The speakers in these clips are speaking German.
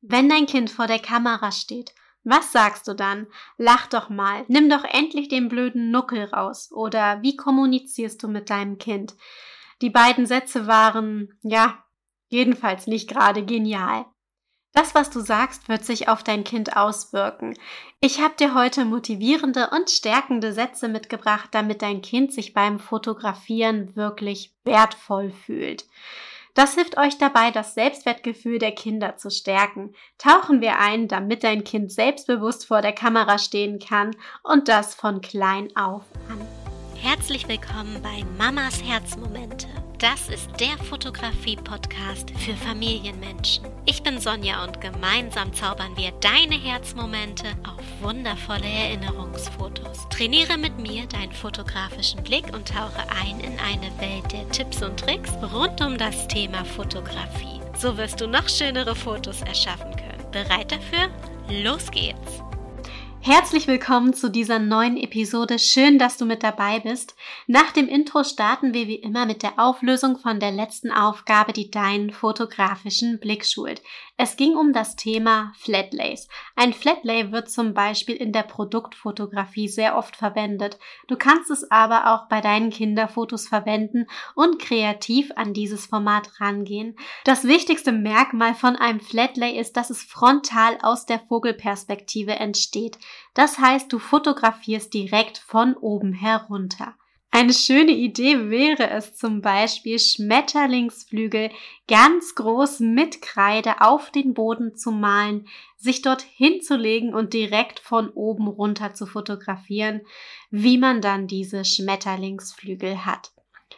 Wenn dein Kind vor der Kamera steht, was sagst du dann? Lach doch mal, nimm doch endlich den blöden Nuckel raus. Oder wie kommunizierst du mit deinem Kind? Die beiden Sätze waren, jedenfalls nicht gerade genial. Das, was du sagst, wird sich auf dein Kind auswirken. Ich habe dir heute motivierende und stärkende Sätze mitgebracht, damit dein Kind sich beim Fotografieren wirklich wertvoll fühlt. Das hilft euch dabei, das Selbstwertgefühl der Kinder zu stärken. Tauchen wir ein, damit dein Kind selbstbewusst vor der Kamera stehen kann und das von klein auf an. Herzlich willkommen bei Mamas Herzmomente. Das ist der Fotografie-Podcast für Familienmenschen. Ich bin Sonja und gemeinsam zaubern wir deine Herzmomente auf wundervolle Erinnerungsfotos. Trainiere mit mir deinen fotografischen Blick und tauche ein in eine Welt der Tipps und Tricks rund um das Thema Fotografie. So wirst du noch schönere Fotos erschaffen können. Bereit dafür? Los geht's! Herzlich willkommen zu dieser neuen Episode. Schön, dass du mit dabei bist. Nach dem Intro starten wir wie immer mit der Auflösung von der letzten Aufgabe, die deinen fotografischen Blick schult. Es ging um das Thema Flatlays. Ein Flatlay wird zum Beispiel in der Produktfotografie sehr oft verwendet. Du kannst es aber auch bei deinen Kinderfotos verwenden und kreativ an dieses Format rangehen. Das wichtigste Merkmal von einem Flatlay ist, dass es frontal aus der Vogelperspektive entsteht. Das heißt, du fotografierst direkt von oben herunter. Eine schöne Idee wäre es zum Beispiel, Schmetterlingsflügel ganz groß mit Kreide auf den Boden zu malen, sich dort hinzulegen und direkt von oben runter zu fotografieren, wie man dann diese Schmetterlingsflügel hat.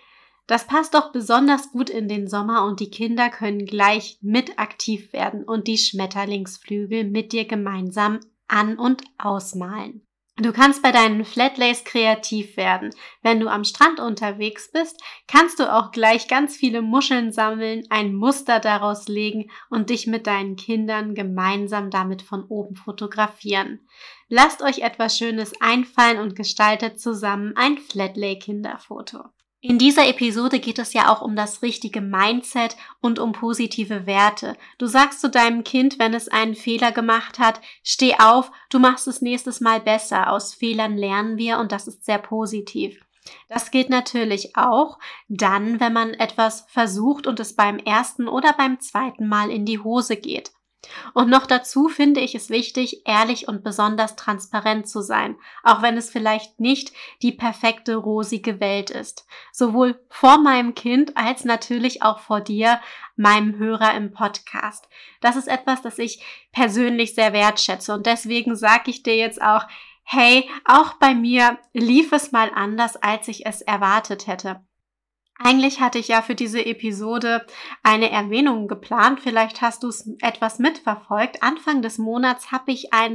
Das passt doch besonders gut in den Sommer und die Kinder können gleich mit aktiv werden und die Schmetterlingsflügel mit dir gemeinsam an- und ausmalen. Du kannst bei deinen Flatlays kreativ werden. Wenn du am Strand unterwegs bist, kannst du auch gleich ganz viele Muscheln sammeln, ein Muster daraus legen und dich mit deinen Kindern gemeinsam damit von oben fotografieren. Lasst euch etwas Schönes einfallen und gestaltet zusammen ein Flatlay-Kinderfoto. In dieser Episode geht es ja auch um das richtige Mindset und um positive Werte. Du sagst zu deinem Kind, wenn es einen Fehler gemacht hat, steh auf, du machst es nächstes Mal besser. Aus Fehlern lernen wir und das ist sehr positiv. Das gilt natürlich auch dann, wenn man etwas versucht und es beim ersten oder beim zweiten Mal in die Hose geht. Und noch dazu finde ich es wichtig, ehrlich und besonders transparent zu sein, auch wenn es vielleicht nicht die perfekte, rosige Welt ist. Sowohl vor meinem Kind als natürlich auch vor dir, meinem Hörer im Podcast. Das ist etwas, das ich persönlich sehr wertschätze und deswegen sage ich dir jetzt auch, hey, auch bei mir lief es mal anders, als ich es erwartet hätte. Eigentlich hatte ich ja für diese Episode eine Erwähnung geplant, vielleicht hast du es etwas mitverfolgt. Anfang des Monats habe ich ein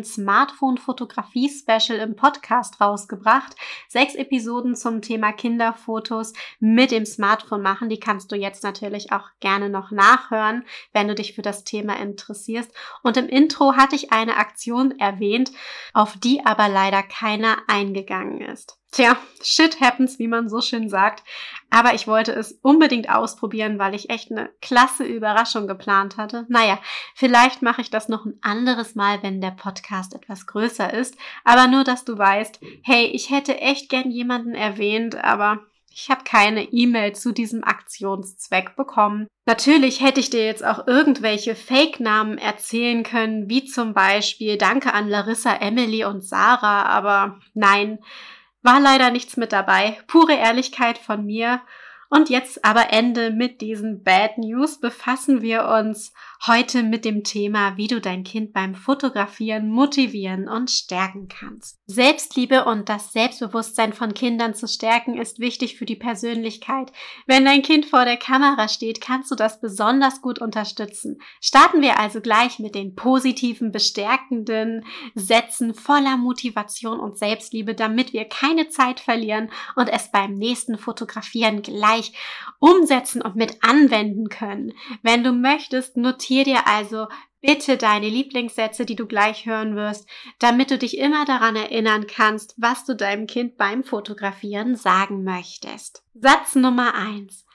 Smartphone-Fotografie-Special im Podcast rausgebracht. 6 Episoden zum Thema Kinderfotos mit dem Smartphone machen. Die kannst du jetzt natürlich auch gerne noch nachhören, wenn du dich für das Thema interessierst. Und im Intro hatte ich eine Aktion erwähnt, auf die aber leider keiner eingegangen ist. Tja, shit happens, wie man so schön sagt. Aber ich wollte es unbedingt ausprobieren, weil ich echt eine klasse Überraschung geplant hatte. Naja, vielleicht mache ich das noch ein anderes Mal, wenn der Podcast etwas größer ist. Aber nur, dass du weißt, hey, ich hätte echt gern jemanden erwähnt, aber ich habe keine E-Mail zu diesem Aktionszweck bekommen. Natürlich hätte ich dir jetzt auch irgendwelche Fake-Namen erzählen können, wie zum Beispiel Danke an Larissa, Emily und Sarah, aber nein, war leider nichts mit dabei. Pure Ehrlichkeit von mir. Und jetzt aber Ende mit diesen Bad News. Befassen wir uns heute mit dem Thema, wie du dein Kind beim Fotografieren motivieren und stärken kannst. Selbstliebe und das Selbstbewusstsein von Kindern zu stärken ist wichtig für die Persönlichkeit. Wenn dein Kind vor der Kamera steht, kannst du das besonders gut unterstützen. Starten wir also gleich mit den positiven, bestärkenden Sätzen voller Motivation und Selbstliebe, damit wir keine Zeit verlieren und es beim nächsten Fotografieren gleich umsetzen und mit anwenden können. Wenn du möchtest, notier dir also bitte deine Lieblingssätze, die du gleich hören wirst, damit du dich immer daran erinnern kannst, was du deinem Kind beim Fotografieren sagen möchtest. Satz Nummer 1.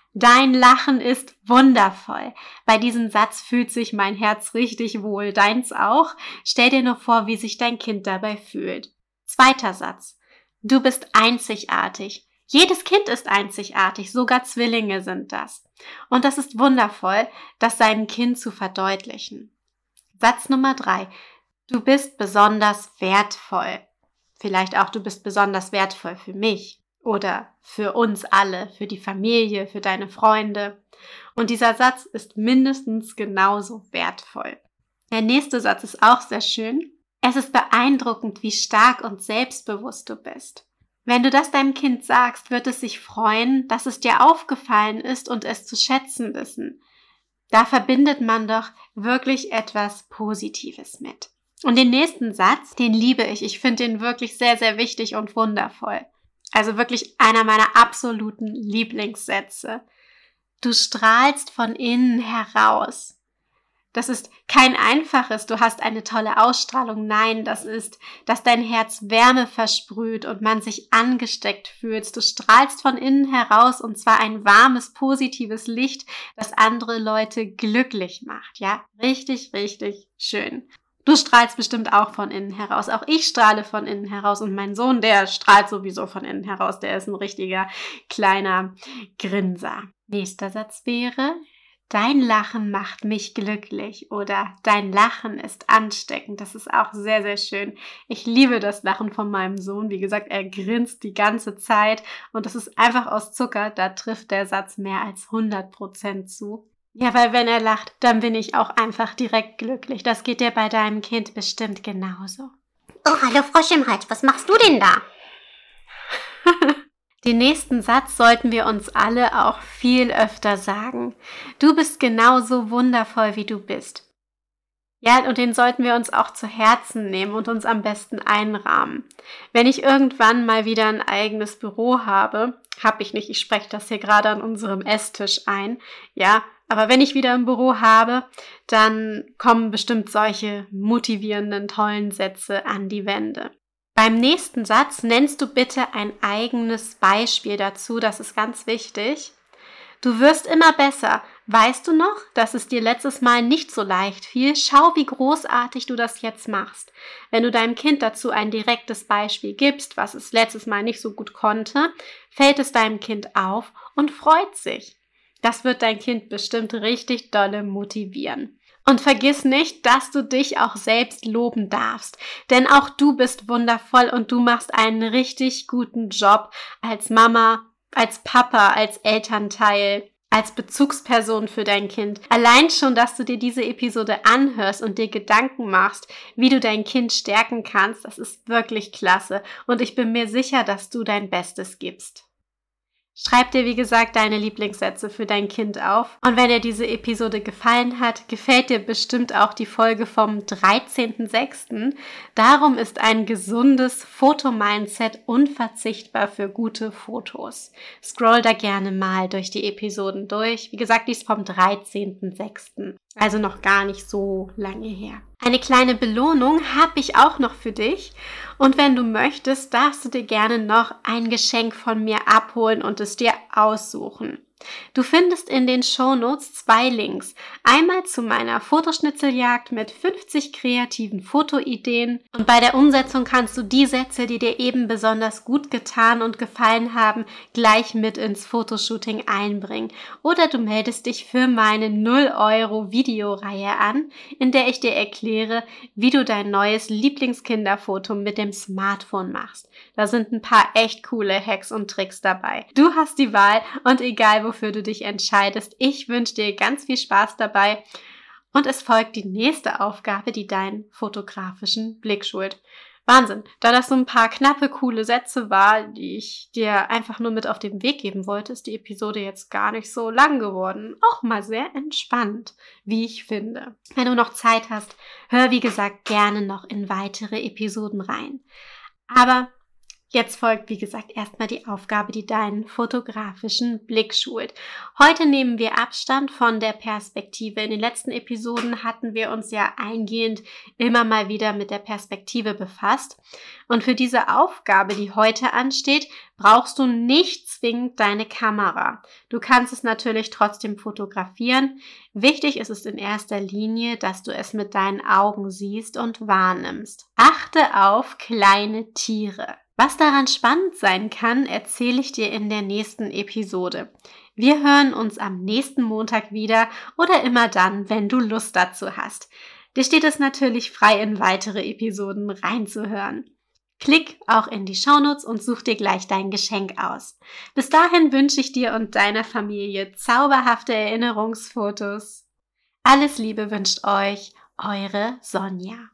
Dein Lachen ist wundervoll. Bei diesem Satz fühlt sich mein Herz richtig wohl, deins auch. Stell dir nur vor, wie sich dein Kind dabei fühlt. Zweiter Satz. Du bist einzigartig. Jedes Kind ist einzigartig, sogar Zwillinge sind das. Und das ist wundervoll, das seinem Kind zu verdeutlichen. Satz Nummer 3. Du bist besonders wertvoll. Vielleicht auch, du bist besonders wertvoll für mich oder für uns alle, für die Familie, für deine Freunde. Und dieser Satz ist mindestens genauso wertvoll. Der nächste Satz ist auch sehr schön. Es ist beeindruckend, wie stark und selbstbewusst du bist. Wenn du das deinem Kind sagst, wird es sich freuen, dass es dir aufgefallen ist und es zu schätzen wissen. Da verbindet man doch wirklich etwas Positives mit. Und den nächsten Satz, den liebe ich. Ich finde den wirklich sehr, sehr wichtig und wundervoll. Also wirklich einer meiner absoluten Lieblingssätze. Du strahlst von innen heraus. Das ist kein einfaches, du hast eine tolle Ausstrahlung. Nein, das ist, dass dein Herz Wärme versprüht und man sich angesteckt fühlt. Du strahlst von innen heraus und zwar ein warmes, positives Licht, das andere Leute glücklich macht. Ja, richtig, richtig schön. Du strahlst bestimmt auch von innen heraus. Auch ich strahle von innen heraus und mein Sohn, der strahlt sowieso von innen heraus. Der ist ein richtiger kleiner Grinser. Nächster Satz wäre: Dein Lachen macht mich glücklich oder dein Lachen ist ansteckend. Das ist auch sehr, sehr schön. Ich liebe das Lachen von meinem Sohn. Wie gesagt, er grinst die ganze Zeit und das ist einfach aus Zucker. Da trifft der Satz mehr als 100% zu. Ja, weil wenn er lacht, dann bin ich auch einfach direkt glücklich. Das geht dir bei deinem Kind bestimmt genauso. Oh, hallo Frosch im Hals, was machst du denn da? Den nächsten Satz sollten wir uns alle auch viel öfter sagen. Du bist genauso wundervoll, wie du bist. Ja, und den sollten wir uns auch zu Herzen nehmen und uns am besten einrahmen. Wenn ich irgendwann mal wieder ein eigenes Büro habe ich nicht, ich spreche das hier gerade an unserem Esstisch ein, ja, aber wenn ich wieder ein Büro habe, dann kommen bestimmt solche motivierenden, tollen Sätze an die Wände. Beim nächsten Satz nennst du bitte ein eigenes Beispiel dazu, das ist ganz wichtig. Du wirst immer besser. Weißt du noch, dass es dir letztes Mal nicht so leicht fiel? Schau, wie großartig du das jetzt machst. Wenn du deinem Kind dazu ein direktes Beispiel gibst, was es letztes Mal nicht so gut konnte, fällt es deinem Kind auf und freut sich. Das wird dein Kind bestimmt richtig dolle motivieren. Und vergiss nicht, dass du dich auch selbst loben darfst, denn auch du bist wundervoll und du machst einen richtig guten Job als Mama, als Papa, als Elternteil, als Bezugsperson für dein Kind. Allein schon, dass du dir diese Episode anhörst und dir Gedanken machst, wie du dein Kind stärken kannst, das ist wirklich klasse und ich bin mir sicher, dass du dein Bestes gibst. Schreib dir, wie gesagt, deine Lieblingssätze für dein Kind auf. Und wenn dir diese Episode gefallen hat, gefällt dir bestimmt auch die Folge vom 13.06. Darum ist ein gesundes Fotomindset unverzichtbar für gute Fotos. Scroll da gerne mal durch die Episoden durch. Wie gesagt, die ist vom 13.06. Also noch gar nicht so lange her. Eine kleine Belohnung habe ich auch noch für dich. Und wenn du möchtest, darfst du dir gerne noch ein Geschenk von mir abholen und es dir aussuchen. Du findest in den Shownotes 2 Links. Einmal zu meiner Fotoschnitzeljagd mit 50 kreativen Fotoideen. Und bei der Umsetzung kannst du die Sätze, die dir eben besonders gut getan und gefallen haben, gleich mit ins Fotoshooting einbringen. Oder du meldest dich für meine 0€ Videoreihe an, in der ich dir erkläre, wie du dein neues Lieblingskinderfoto mit dem Smartphone machst. Da sind ein paar echt coole Hacks und Tricks dabei. Du hast die Wahl und egal wofür du dich entscheidest, ich wünsche dir ganz viel Spaß dabei und es folgt die nächste Aufgabe, die deinen fotografischen Blick schult. Wahnsinn, da das so ein paar knappe, coole Sätze war, die ich dir einfach nur mit auf den Weg geben wollte, ist die Episode jetzt gar nicht so lang geworden. Auch mal sehr entspannt, wie ich finde. Wenn du noch Zeit hast, hör wie gesagt gerne noch in weitere Episoden rein. Aber Jetzt folgt, wie gesagt, erstmal die Aufgabe, die deinen fotografischen Blick schult. Heute nehmen wir Abstand von der Perspektive. In den letzten Episoden hatten wir uns ja eingehend immer mal wieder mit der Perspektive befasst. Und für diese Aufgabe, die heute ansteht, brauchst du nicht zwingend deine Kamera. Du kannst es natürlich trotzdem fotografieren. Wichtig ist es in erster Linie, dass du es mit deinen Augen siehst und wahrnimmst. Achte auf kleine Tiere. Was daran spannend sein kann, erzähle ich dir in der nächsten Episode. Wir hören uns am nächsten Montag wieder oder immer dann, wenn du Lust dazu hast. Dir steht es natürlich frei, in weitere Episoden reinzuhören. Klick auch in die Shownotes und such dir gleich dein Geschenk aus. Bis dahin wünsche ich dir und deiner Familie zauberhafte Erinnerungsfotos. Alles Liebe wünscht euch, eure Sonja.